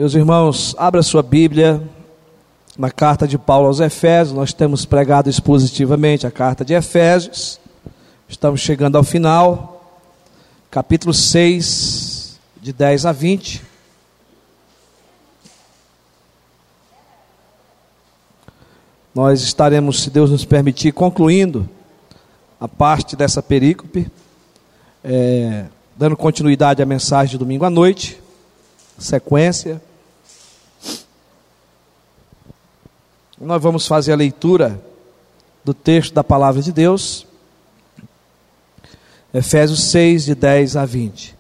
Meus irmãos, abra sua Bíblia na carta de Paulo aos Efésios. Nós temos pregado expositivamente a carta de Efésios. Estamos chegando ao final, capítulo 6, de 10 a 20. Nós estaremos, se Deus nos permitir, concluindo a parte dessa perícope, dando continuidade à mensagem de domingo à noite, sequência. Nós vamos fazer a leitura do texto da palavra de Deus, Efésios 6, de 10 a 20.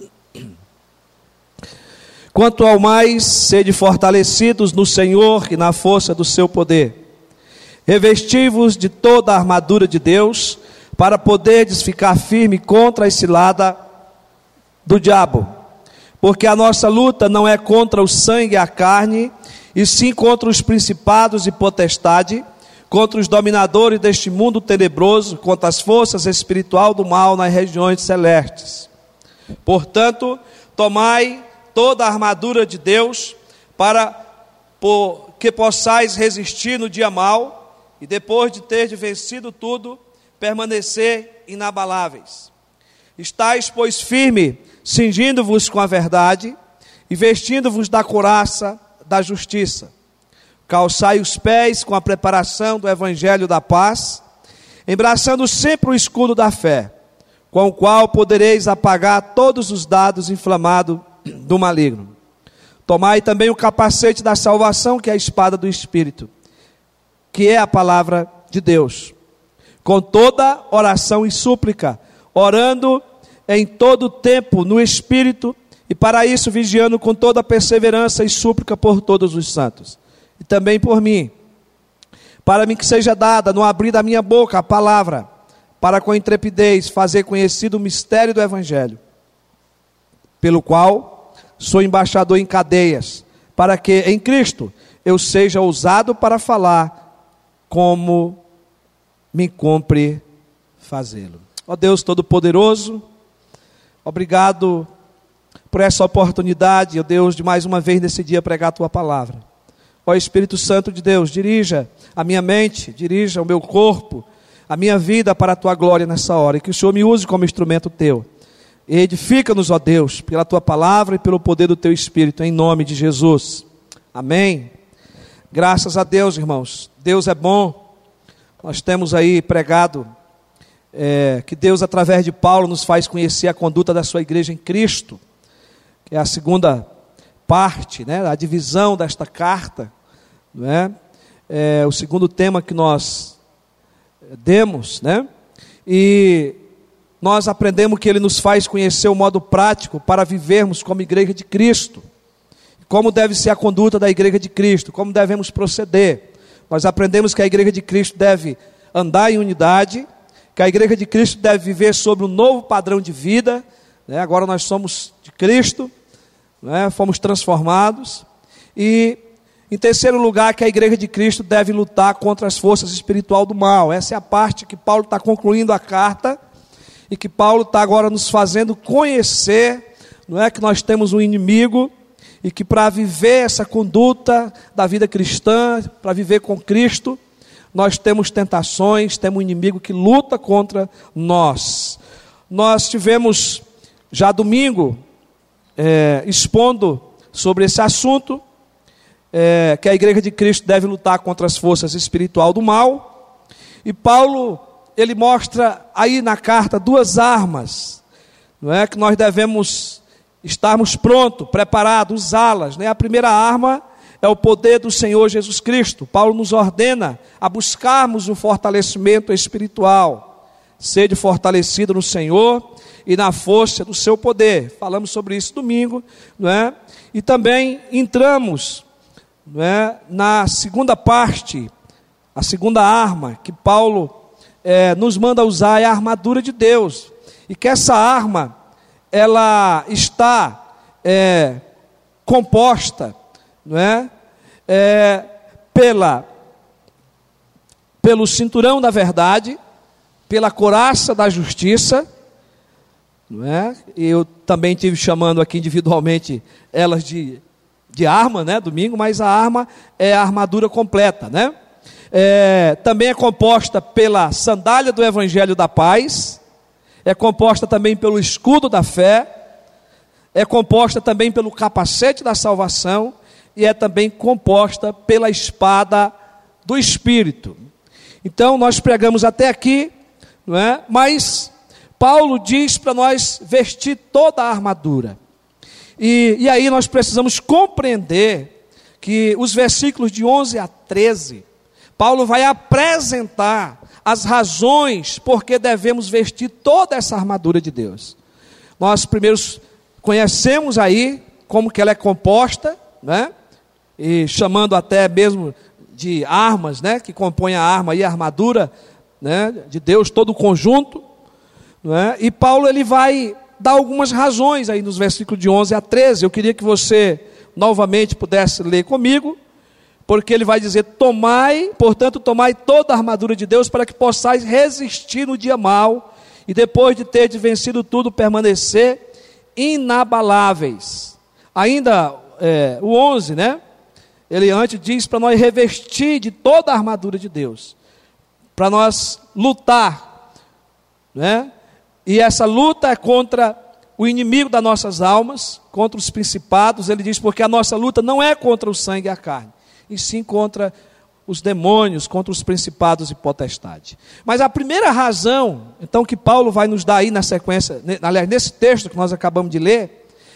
Quanto ao mais, sede fortalecidos no Senhor e na força do seu poder. Revesti-vos de toda a armadura de Deus, para poderdes ficar firme contra a cilada do diabo. Porque a nossa luta não é contra o sangue e a carne, e sim contra os principados e potestades, contra os dominadores deste mundo tenebroso, contra as forças espirituais do mal nas regiões celestes. Portanto, tomai toda a armadura de Deus, para que possais resistir no dia mau, e depois de ter vencido tudo, permanecer inabaláveis. Estais, pois, firme, cingindo-vos com a verdade, e vestindo-vos da couraça da justiça. Calçai os pés com a preparação do evangelho da paz, embraçando sempre o escudo da fé, com o qual podereis apagar todos os dardos inflamados do maligno. Tomai também o capacete da salvação, que é a espada do Espírito, que é a palavra de Deus, com toda oração e súplica, orando em todo tempo no Espírito, e para isso vigiando com toda perseverança e súplica por todos os santos, e também por mim, para mim que seja dada no abrir da minha boca a palavra, para com intrepidez fazer conhecido o mistério do Evangelho, pelo qual sou embaixador em cadeias, para que em Cristo eu seja ousado para falar como me cumpre fazê-lo. Ó Deus Todo-Poderoso, obrigado por essa oportunidade, ó Deus, de mais uma vez nesse dia pregar a Tua palavra. Ó Espírito Santo de Deus, dirija a minha mente, dirija o meu corpo, a minha vida para a Tua glória nessa hora, e que o Senhor me use como instrumento Teu. Edifica-nos, ó Deus, pela Tua palavra e pelo poder do Teu Espírito, em nome de Jesus. Amém. Graças a Deus, irmãos. Deus é bom. Nós temos aí pregado que Deus, através de Paulo, nos faz conhecer a conduta da sua igreja em Cristo, que é a segunda parte, né, a divisão desta carta, né, o segundo tema que nós demos, né, e nós aprendemos que ele nos faz conhecer o modo prático para vivermos como igreja de Cristo, como deve ser a conduta da igreja de Cristo, como devemos proceder. Nós aprendemos que a igreja de Cristo deve andar em unidade, que a igreja de Cristo deve viver sobre um novo padrão de vida, né? Agora nós somos de Cristo, né? Fomos transformados. E em terceiro lugar, que a igreja de Cristo deve lutar contra as forças espirituais do mal. Essa é a parte que Paulo está concluindo a carta, e que Paulo está agora nos fazendo conhecer, não é, que nós temos um inimigo, e que para viver essa conduta da vida cristã, para viver com Cristo, nós temos tentações, temos um inimigo que luta contra nós. Nós tivemos já domingo expondo sobre esse assunto, que a igreja de Cristo deve lutar contra as forças espirituais do mal. E Paulo, ele mostra aí na carta duas armas, não é, que nós devemos estarmos prontos, preparados, usá-las, né? A primeira arma é o poder do Senhor Jesus Cristo. Paulo nos ordena a buscarmos o fortalecimento espiritual. Sede fortalecido no Senhor e na força do seu poder. Falamos sobre isso domingo, não é? E também entramos, não é, na segunda parte, a segunda arma que Paulo nos manda usar é a armadura de Deus. E que essa arma, ela está composta, não é? Pelo cinturão da verdade, pela couraça da justiça, não é? Eu também estive chamando aqui individualmente elas de de arma, né, domingo, mas a arma é a armadura completa, né? Também é composta pela sandália do Evangelho da Paz, é composta também pelo escudo da fé, é composta também pelo capacete da salvação e é também composta pela espada do Espírito. Então nós pregamos até aqui, não é? Mas Paulo diz para nós vestir toda a armadura. E aí nós precisamos compreender que os versículos de 11 a 13, Paulo vai apresentar as razões por que devemos vestir toda essa armadura de Deus. Nós primeiro conhecemos aí como que ela é composta, né? E chamando até mesmo de armas, né? Que compõem a arma e a armadura, né? De Deus, todo o conjunto, né? E Paulo ele vai dar algumas razões aí nos versículos de 11 a 13. Eu queria que você novamente pudesse ler comigo, porque ele vai dizer: portanto tomai toda a armadura de Deus, para que possais resistir no dia mau, e depois de ter vencido tudo, permanecer inabaláveis. Ainda o 11, né? Ele antes diz para nós revestir de toda a armadura de Deus, para nós lutar, né? E essa luta é contra o inimigo das nossas almas, contra os principados. Ele diz: porque a nossa luta não é contra o sangue e a carne, e sim contra os demônios, contra os principados e potestades. Mas a primeira razão, então, que Paulo vai nos dar aí na sequência, aliás, nesse texto que nós acabamos de ler,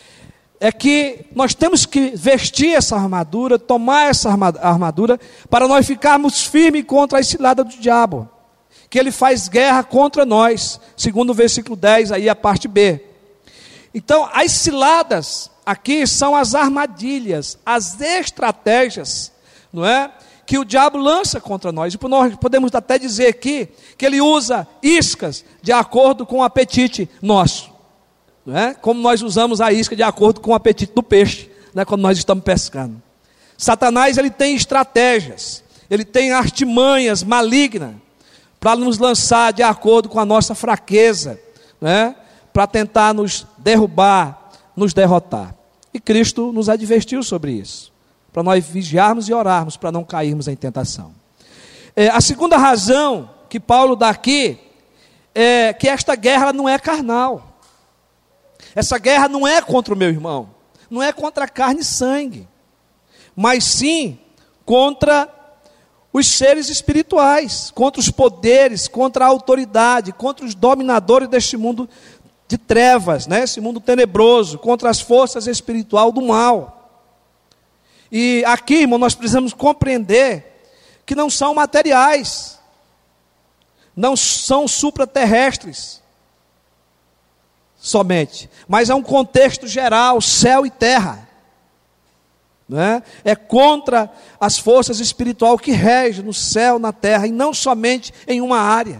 é que nós temos que vestir essa armadura, tomar essa armadura, para nós ficarmos firmes contra a cilada do diabo, que ele faz guerra contra nós, segundo o versículo 10, aí a parte B. Então, as ciladas aqui são as armadilhas, as estratégias, não é? Que o diabo lança contra nós. E nós podemos até dizer aqui que ele usa iscas de acordo com o apetite nosso, não é? Como nós usamos a isca de acordo com o apetite do peixe, né? Quando nós estamos pescando. Satanás, ele tem estratégias, ele tem artimanhas malignas para nos lançar de acordo com a nossa fraqueza, né? Para tentar nos derrubar, nos derrotar. E Cristo nos advertiu sobre isso, para nós vigiarmos e orarmos, para não cairmos em tentação. A segunda razão que Paulo dá aqui é que esta guerra não é carnal. Essa guerra não é contra o meu irmão, não é contra carne e sangue, mas sim contra os seres espirituais, contra os poderes, contra a autoridade, contra os dominadores deste mundo de trevas, né? Esse mundo tenebroso, contra as forças espirituais do mal. E aqui, irmão, nós precisamos compreender que não são materiais, não são supraterrestres somente, mas é um contexto geral, céu e terra, né? É contra as forças espirituais que regem no céu, na terra, e não somente em uma área.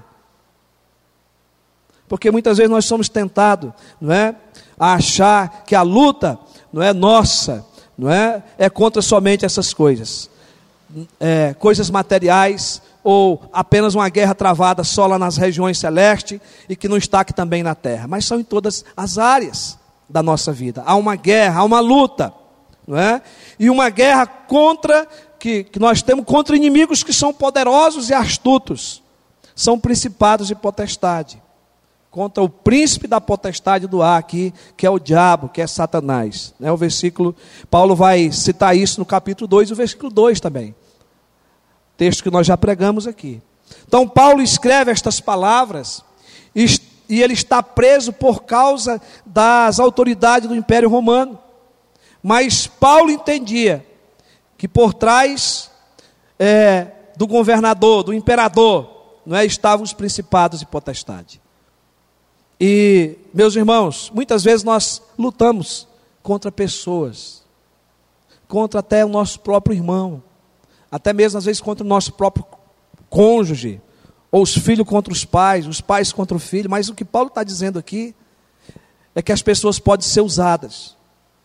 Porque muitas vezes nós somos tentados, não é, a achar que a luta não é nossa, não é contra somente essas coisas, coisas materiais, ou apenas uma guerra travada só lá nas regiões celestes e que não está aqui também na terra, mas são em todas as áreas da nossa vida. Há uma guerra, há uma luta, não é? E uma guerra que nós temos contra inimigos que são poderosos e astutos, são principados e potestade, contra o príncipe da potestade do ar aqui, que é o diabo, que é Satanás, né? O versículo, Paulo vai citar isso no capítulo 2, o versículo 2 também, texto que nós já pregamos aqui. Então Paulo escreve estas palavras e ele está preso por causa das autoridades do Império Romano, mas Paulo entendia que por trás do governador, do imperador, não é, estavam os principados e potestades. E, meus irmãos, muitas vezes nós lutamos contra pessoas, contra até o nosso próprio irmão, até mesmo às vezes contra o nosso próprio cônjuge, ou os filhos contra os pais contra o filho. Mas o que Paulo está dizendo aqui é que as pessoas podem ser usadas,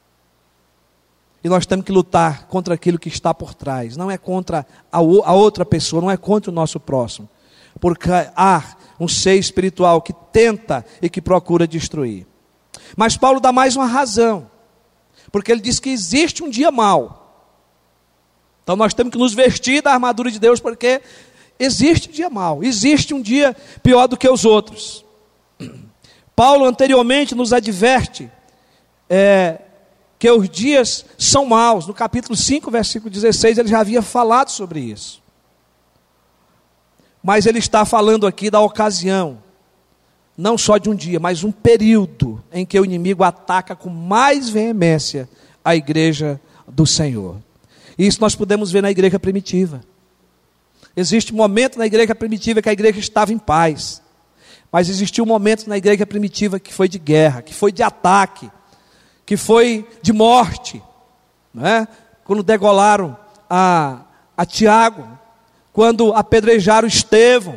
e nós temos que lutar contra aquilo que está por trás, não é contra a outra pessoa, não é contra o nosso próximo, porque há um ser espiritual que tenta e que procura destruir. Mas Paulo dá mais uma razão, Porque ele diz que existe um dia mau. Então nós temos que nos vestir da armadura de Deus, porque existe um dia mau, existe um dia pior do que os outros. Paulo anteriormente nos adverte que os dias são maus. No capítulo 5, versículo 16, ele já havia falado sobre isso. Mas ele está falando aqui da ocasião, não só de um dia, mas um período em que o inimigo ataca com mais veemência a igreja do Senhor. E isso nós podemos ver na igreja primitiva. Existe um momento na igreja primitiva que a igreja estava em paz. Mas existiu um momento na igreja primitiva que foi de guerra, que foi de ataque, que foi de morte, não é? Quando degolaram a Tiago, quando apedrejaram Estevão.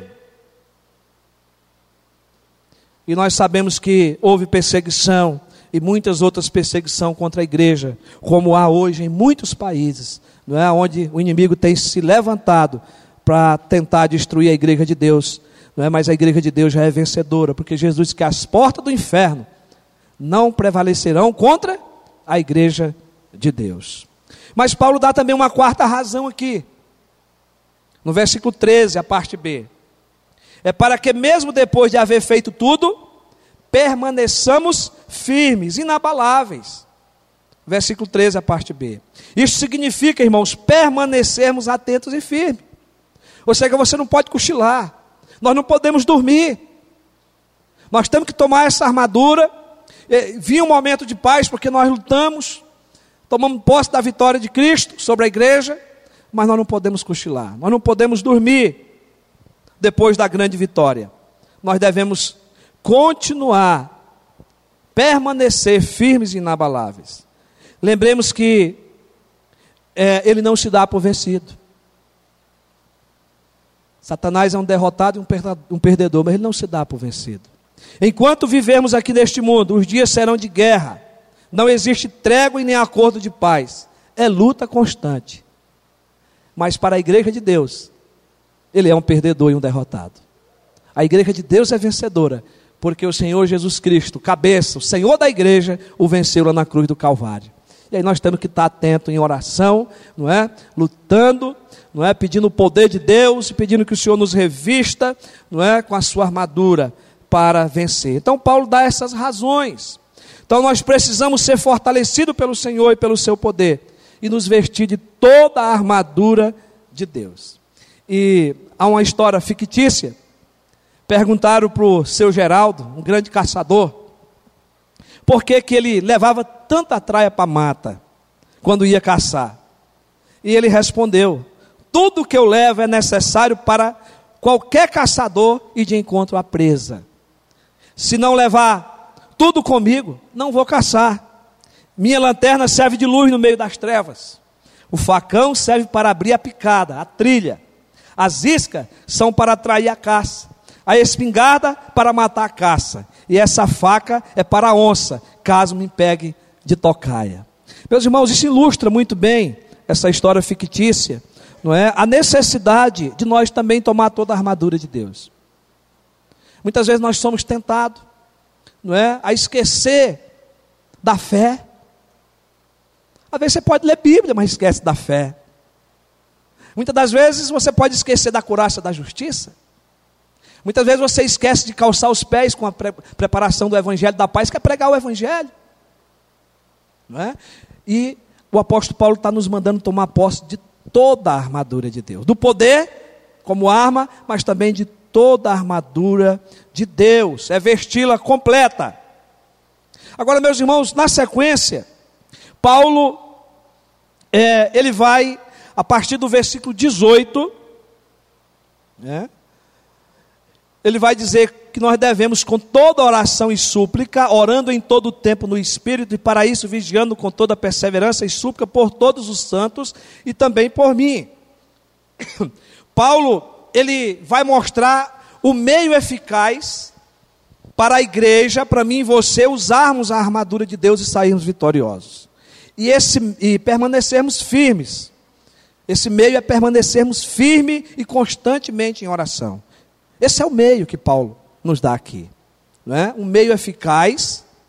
E nós sabemos que houve perseguição e muitas outras perseguições contra a igreja, como há hoje em muitos países, não é? Onde o inimigo tem se levantado para tentar destruir a igreja de Deus, não é? Mas a igreja de Deus já é vencedora, porque Jesus disse que as portas do inferno não prevalecerão contra a igreja de Deus. Mas Paulo dá também uma quarta razão aqui, no versículo 13, a parte B. É para que mesmo depois de haver feito tudo, permaneçamos firmes, inabaláveis. Versículo 13, a parte B. Isso significa, irmãos, permanecermos atentos e firmes. Ou seja, você não pode cochilar. Nós não podemos dormir. Nós temos que tomar essa armadura. Vir um momento de paz, porque nós lutamos, tomamos posse da vitória de Cristo sobre a igreja, mas nós não podemos cochilar. Nós não podemos dormir depois da grande vitória. Nós devemos continuar, permanecer firmes e inabaláveis. Lembremos que ele não se dá por vencido. Satanás é um derrotado e um perdedor, mas ele não se dá por vencido. Enquanto vivermos aqui neste mundo, os dias serão de guerra. Não existe trégua e nem acordo de paz. É luta constante. Mas para a igreja de Deus, ele é um perdedor e um derrotado. A igreja de Deus é vencedora, porque o Senhor Jesus Cristo, cabeça, o Senhor da igreja, o venceu lá na cruz do Calvário. E aí nós temos que estar atentos em oração, não é? Lutando, não é? Pedindo o poder de Deus, pedindo que o Senhor nos revista, não é? Com a sua armadura para vencer. Então Paulo dá essas razões. Então nós precisamos ser fortalecidos pelo Senhor e pelo seu poder, e nos vestir de toda a armadura de Deus. E há uma história fictícia. Perguntaram para o seu Geraldo, um grande caçador, por que ele levava tanta traia para a mata quando ia caçar. E ele respondeu: tudo que eu levo é necessário para qualquer caçador ir de encontro à presa. Se não levar tudo comigo, não vou caçar. Minha lanterna serve de luz no meio das trevas. O facão serve para abrir a picada, a trilha. As iscas são para atrair a caça. A espingarda para matar a caça. E essa faca é para a onça, caso me pegue de tocaia. Meus irmãos, isso ilustra muito bem essa história fictícia, não é? A necessidade de nós também tomar toda a armadura de Deus. Muitas vezes nós somos tentados, não é? A esquecer da fé. Às vezes você pode ler Bíblia, mas esquece da fé. Muitas das vezes você pode esquecer da couraça da justiça. Muitas vezes você esquece de calçar os pés com a preparação do Evangelho da paz, que é pregar o Evangelho. Não é? E o apóstolo Paulo está nos mandando tomar posse de toda a armadura de Deus. Do poder como arma, mas também de toda a armadura de Deus. É vesti-la completa. Agora, meus irmãos, na sequência, Paulo, ele vai, a partir do versículo 18, ele vai dizer que nós devemos, com toda oração e súplica, orando em todo o tempo no Espírito, e para isso vigiando com toda perseverança e súplica por todos os santos e também por mim. Paulo, ele vai mostrar o meio eficaz para a igreja, para mim e você, usarmos a armadura de Deus e sairmos vitoriosos. E permanecermos firmes. Esse meio é permanecermos firmes e constantemente em oração. Esse é o meio que Paulo nos dá aqui, não é? Um meio eficaz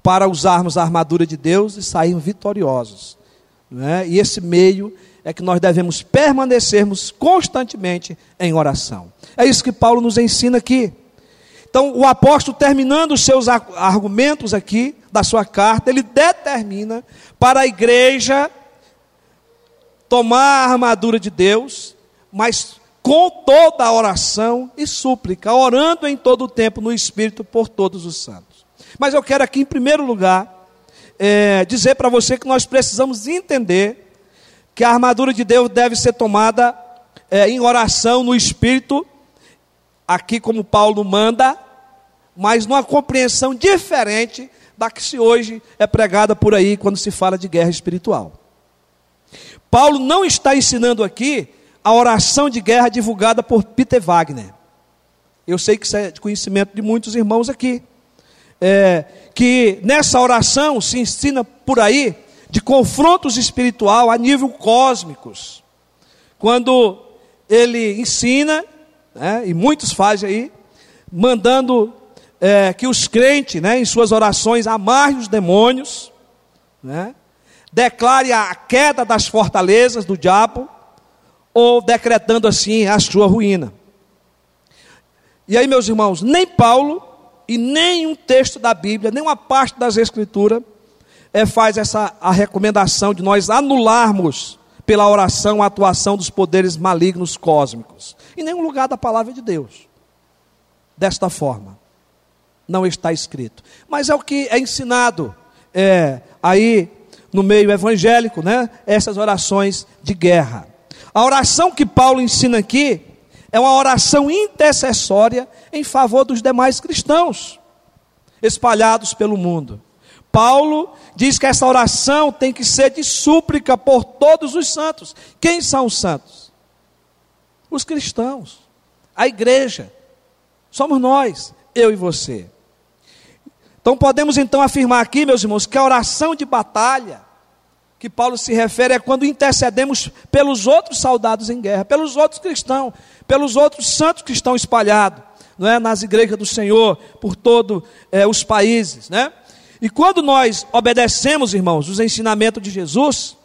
para usarmos a armadura de Deus e sairmos vitoriosos, não é? E esse meio é que nós devemos permanecermos constantemente em oração. É isso que Paulo nos ensina aqui. Então, o apóstolo, terminando os seus argumentos aqui, da sua carta, ele determina para a igreja tomar a armadura de Deus, mas com toda a oração e súplica, orando em todo o tempo no Espírito por todos os santos. Mas eu quero aqui, em primeiro lugar, dizer para você que nós precisamos entender que a armadura de Deus deve ser tomada em oração no Espírito, aqui como Paulo manda, mas numa compreensão diferente da que se hoje é pregada por aí quando se fala de guerra espiritual. Paulo não está ensinando aqui a oração de guerra divulgada por Peter Wagner. Eu sei que isso é de conhecimento de muitos irmãos aqui. Que nessa oração se ensina por aí de confrontos espiritual a nível cósmicos. Quando ele ensina, e muitos fazem aí, mandando que os crentes, em suas orações, amarrem os demônios, declare a queda das fortalezas do diabo, ou decretando assim a sua ruína. E aí, meus irmãos, nem Paulo e nem um texto da Bíblia, nem uma parte das Escrituras faz a recomendação de nós anularmos pela oração a atuação dos poderes malignos cósmicos. Em nenhum lugar da palavra de Deus. Desta forma. Não está escrito. Mas é o que é ensinado aí no meio evangélico, essas orações de guerra. A oração que Paulo ensina aqui é uma oração intercessória em favor dos demais cristãos espalhados pelo mundo. Paulo diz que essa oração tem que ser de súplica por todos os santos. Quem são os santos? Os cristãos, a igreja. Somos nós, eu e você. Então podemos então afirmar aqui, meus irmãos, que a oração de batalha que Paulo se refere é quando intercedemos pelos outros soldados em guerra, pelos outros cristãos, pelos outros santos que estão espalhados, nas igrejas do Senhor, por todos os países, E quando nós obedecemos, irmãos, os ensinamentos de Jesus,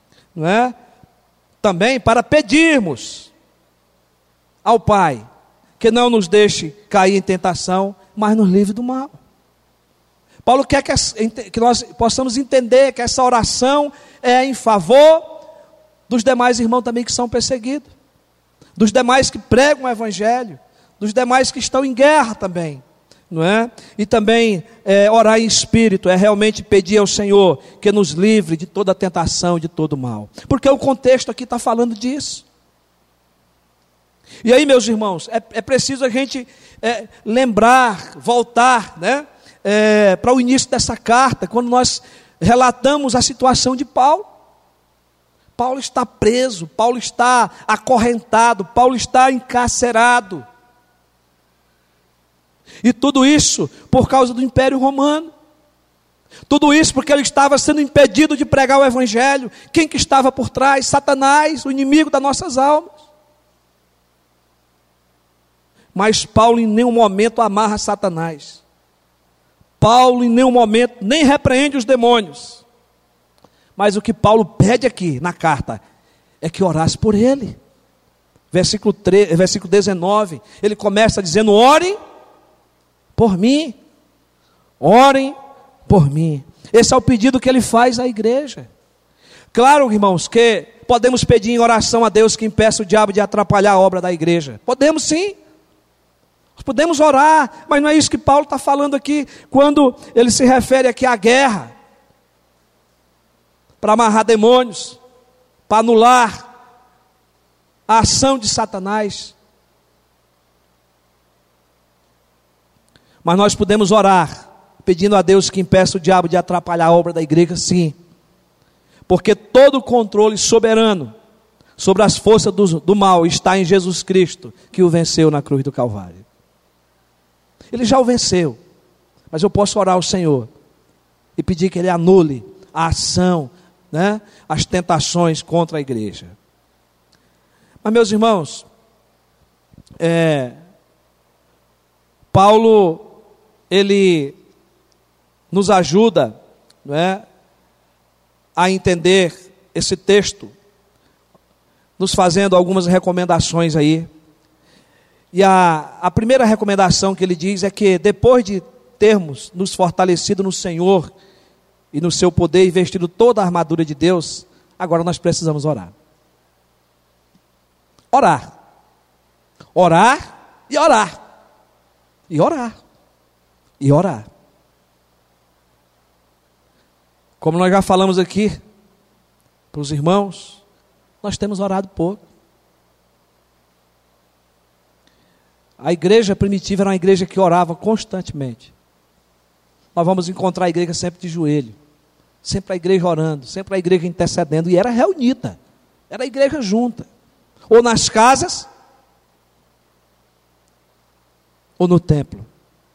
também para pedirmos ao Pai que não nos deixe cair em tentação, mas nos livre do mal. Paulo quer que nós possamos entender que essa oração é em favor dos demais irmãos também que são perseguidos, dos demais que pregam o Evangelho, dos demais que estão em guerra também, E também orar em espírito é realmente pedir ao Senhor que nos livre de toda tentação, de todo mal, porque o contexto aqui está falando disso. E aí, meus irmãos, é preciso a gente lembrar, voltar, para o início dessa carta, quando nós relatamos a situação de Paulo. Paulo está preso, Paulo está acorrentado, Paulo está encarcerado. E tudo isso por causa do Império Romano. Tudo isso porque ele estava sendo impedido de pregar o Evangelho. Quem que estava por trás? Satanás, o inimigo das nossas almas. Mas Paulo em nenhum momento amarra Satanás. Paulo em nenhum momento nem repreende os demônios. Mas o que Paulo pede aqui na carta é que orasse por ele. Versículo 19, ele começa dizendo: orem por mim. Orem por mim. Esse é o pedido que ele faz à igreja. Claro, irmãos, que podemos pedir em oração a Deus que impeça o diabo de atrapalhar a obra da igreja. Podemos sim. Podemos orar, mas não é isso que Paulo está falando aqui, quando ele se refere aqui à guerra, para amarrar demônios, para anular a ação de Satanás. Mas nós podemos orar, pedindo a Deus que impeça o diabo de atrapalhar a obra da igreja, sim, porque todo o controle soberano sobre as forças do mal está em Jesus Cristo, que o venceu na cruz do Calvário. Ele já o venceu, mas eu posso orar ao Senhor e pedir que Ele anule a ação, as tentações contra a igreja. Mas, meus irmãos, Paulo, ele nos ajuda, não é, a entender esse texto, nos fazendo algumas recomendações aí. E a primeira recomendação que ele diz é que depois de termos nos fortalecido no Senhor e no seu poder e vestido toda a armadura de Deus, agora nós precisamos orar. Orar. Orar e orar. E orar. E orar. Como nós já falamos aqui para os irmãos, nós temos orado pouco. A igreja primitiva era uma igreja que orava constantemente. Nós vamos encontrar a igreja sempre de joelho, sempre a igreja orando, sempre a igreja intercedendo, e era reunida, era a igreja junta, ou nas casas, ou no templo.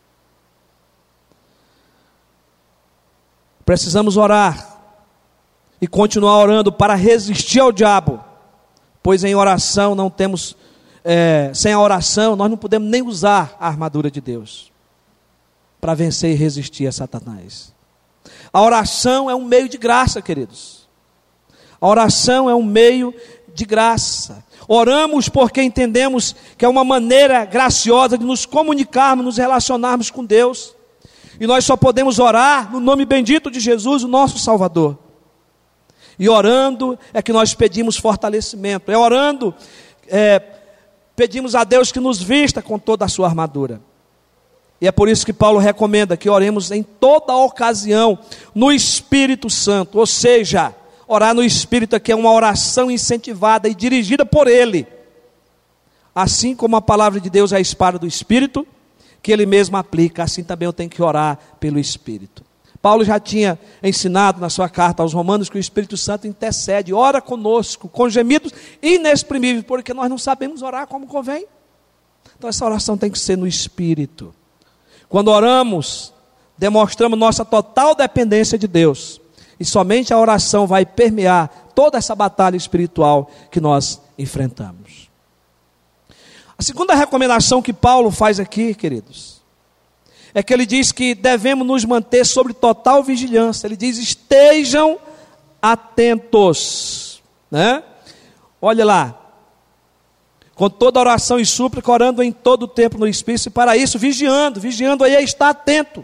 Precisamos orar e continuar orando para resistir ao diabo, pois em oração não temos, sem a oração nós não podemos nem usar a armadura de Deus para vencer e resistir a Satanás. A oração é um meio de graça, queridos. A oração é um meio de graça. Oramos porque entendemos que é uma maneira graciosa de nos comunicarmos, nos relacionarmos com Deus. E nós só podemos orar no nome bendito de Jesus, o nosso Salvador. E orando é que nós pedimos fortalecimento. É orando, pedimos a Deus que nos vista com toda a sua armadura. E é por isso que Paulo recomenda que oremos em toda ocasião no Espírito Santo. Ou seja, orar no Espírito aqui é uma oração incentivada e dirigida por Ele. Assim como a palavra de Deus é a espada do Espírito, que Ele mesmo aplica, assim também eu tenho que orar pelo Espírito. Paulo já tinha ensinado na sua carta aos Romanos que o Espírito Santo intercede, ora conosco, com gemidos inexprimíveis, porque nós não sabemos orar como convém. Então essa oração tem que ser no Espírito. Quando oramos, demonstramos nossa total dependência de Deus, e somente a oração vai permear toda essa batalha espiritual que nós enfrentamos. A segunda recomendação que Paulo faz aqui, queridos, é que ele diz que devemos nos manter sob total vigilância. Ele diz: estejam atentos, né? Olha lá, com toda oração e súplica, orando em todo o tempo no Espírito, e para isso vigiando aí é estar atento,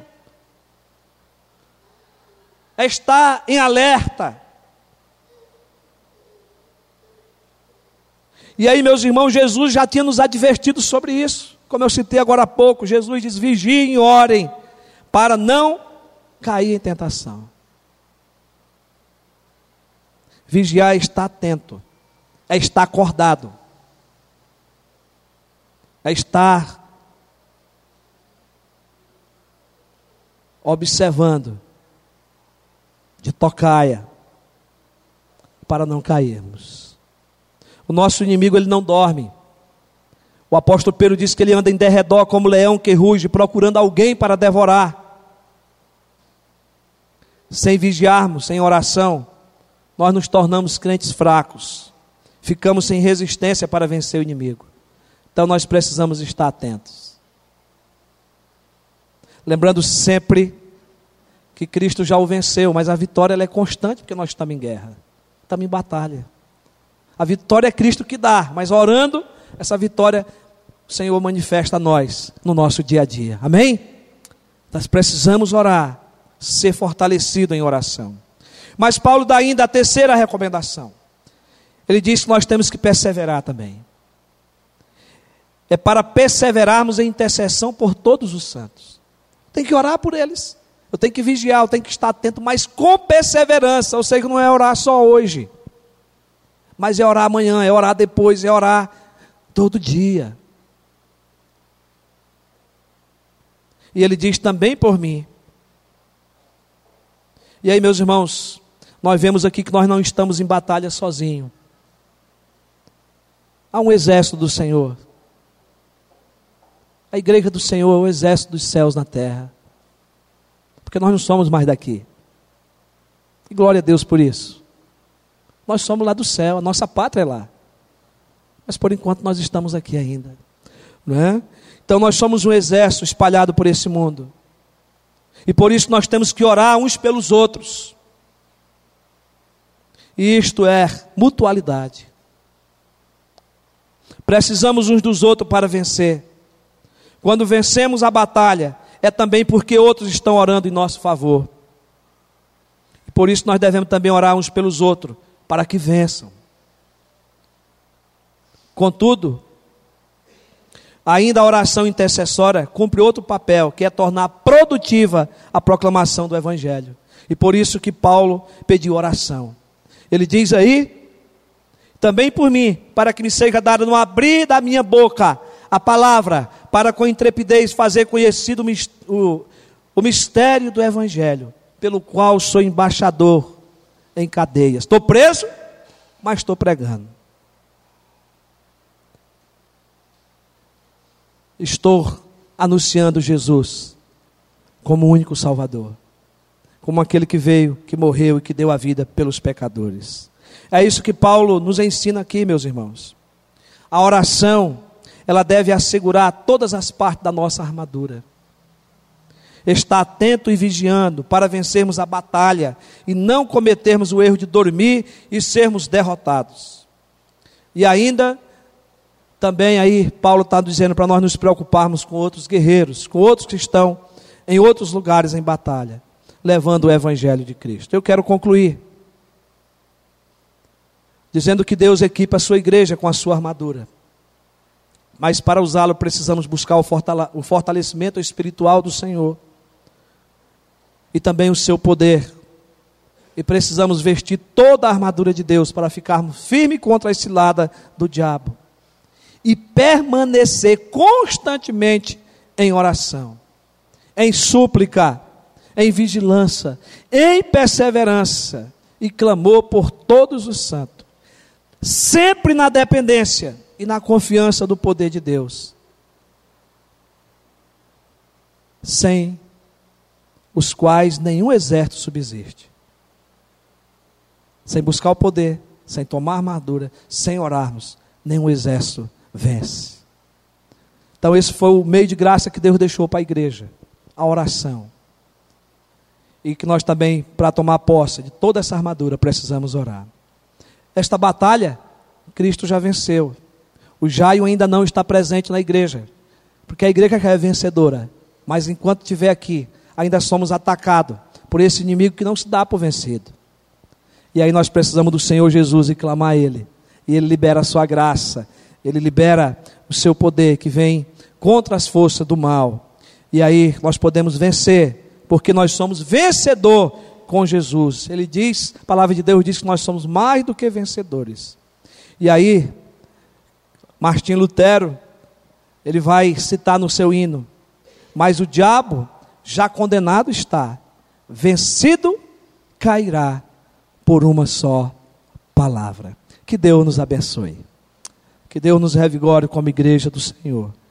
é estar em alerta. E aí, meus irmãos, Jesus já tinha nos advertido sobre isso. Como eu citei agora há pouco, Jesus diz: vigiem e orem, para não cair em tentação. Vigiar é estar atento, é estar acordado, é estar observando, de tocaia, para não cairmos. O nosso inimigo, ele não dorme. O apóstolo Pedro diz que ele anda em derredor como leão que ruge, procurando alguém para devorar. Sem vigiarmos, sem oração, nós nos tornamos crentes fracos. Ficamos sem resistência para vencer o inimigo. Então nós precisamos estar atentos. Lembrando sempre que Cristo já o venceu, mas a vitória ela é constante porque nós estamos em guerra, estamos em batalha. A vitória é Cristo que dá, mas orando, essa vitória o Senhor manifesta a nós no nosso dia a dia. Amém? Nós precisamos orar, ser fortalecido em oração. Mas Paulo dá ainda a terceira recomendação. Ele diz que nós temos que perseverar também. É para perseverarmos em intercessão por todos os santos. Tem que orar por eles. Eu tenho que vigiar, eu tenho que estar atento, mas com perseverança. Eu sei que não é orar só hoje, mas é orar amanhã, é orar depois, é orar todo dia. E ele diz também por mim. E aí, meus irmãos, nós vemos aqui que nós não estamos em batalha sozinhos. Há um exército do Senhor. A igreja do Senhor é o exército dos céus na terra. Porque nós não somos mais daqui. E glória a Deus por isso. Nós somos lá do céu, a nossa pátria é lá. Mas por enquanto nós estamos aqui ainda, não é? Então nós somos um exército espalhado por esse mundo. E por isso nós temos que orar uns pelos outros. E isto é mutualidade. Precisamos uns dos outros para vencer. Quando vencemos a batalha, é também porque outros estão orando em nosso favor. E por isso nós devemos também orar uns pelos outros, para que vençam. Contudo, ainda a oração intercessória cumpre outro papel, que é tornar produtiva a proclamação do Evangelho. E por isso que Paulo pediu oração. Ele diz aí, também por mim, para que me seja dado no abrir da minha boca a palavra, para com intrepidez fazer conhecido o mistério do Evangelho, pelo qual sou embaixador em cadeias. Estou preso, mas estou pregando. Estou anunciando Jesus como o único Salvador, como aquele que veio, que morreu e que deu a vida pelos pecadores. É isso que Paulo nos ensina aqui, meus irmãos. A oração, ela deve assegurar todas as partes da nossa armadura. Estar atento e vigiando para vencermos a batalha e não cometermos o erro de dormir e sermos derrotados. E ainda, também aí, Paulo está dizendo para nós nos preocuparmos com outros guerreiros, com outros que estão em outros lugares em batalha, levando o Evangelho de Cristo. Eu quero concluir dizendo que Deus equipa a sua igreja com a sua armadura. Mas para usá-lo precisamos buscar o fortalecimento espiritual do Senhor. E também o seu poder. E precisamos vestir toda a armadura de Deus para ficarmos firmes contra a cilada do diabo. E permanecer constantemente em oração, em súplica, em vigilância, em perseverança e clamor por todos os santos. Sempre na dependência e na confiança do poder de Deus, sem os quais nenhum exército subsiste. Sem buscar o poder, sem tomar armadura, sem orarmos, nenhum exército vence. Então esse foi o meio de graça que Deus deixou para a igreja, a oração. E que nós também, para tomar posse de toda essa armadura, precisamos orar. Esta batalha, Cristo já venceu. O Jaio ainda não está presente na igreja, porque a igreja é vencedora, mas enquanto estiver aqui, ainda somos atacados por esse inimigo que não se dá por vencido. E aí nós precisamos do Senhor Jesus e clamar a Ele, e Ele libera a sua graça, Ele libera o seu poder que vem contra as forças do mal, e aí nós podemos vencer, porque nós somos vencedor com Jesus. Ele diz, a palavra de Deus diz que nós somos mais do que vencedores. E aí, Martim Lutero, ele vai citar no seu hino, mas o diabo já condenado está, vencido cairá por uma só palavra. Que Deus nos abençoe, que Deus nos revigore como igreja do Senhor.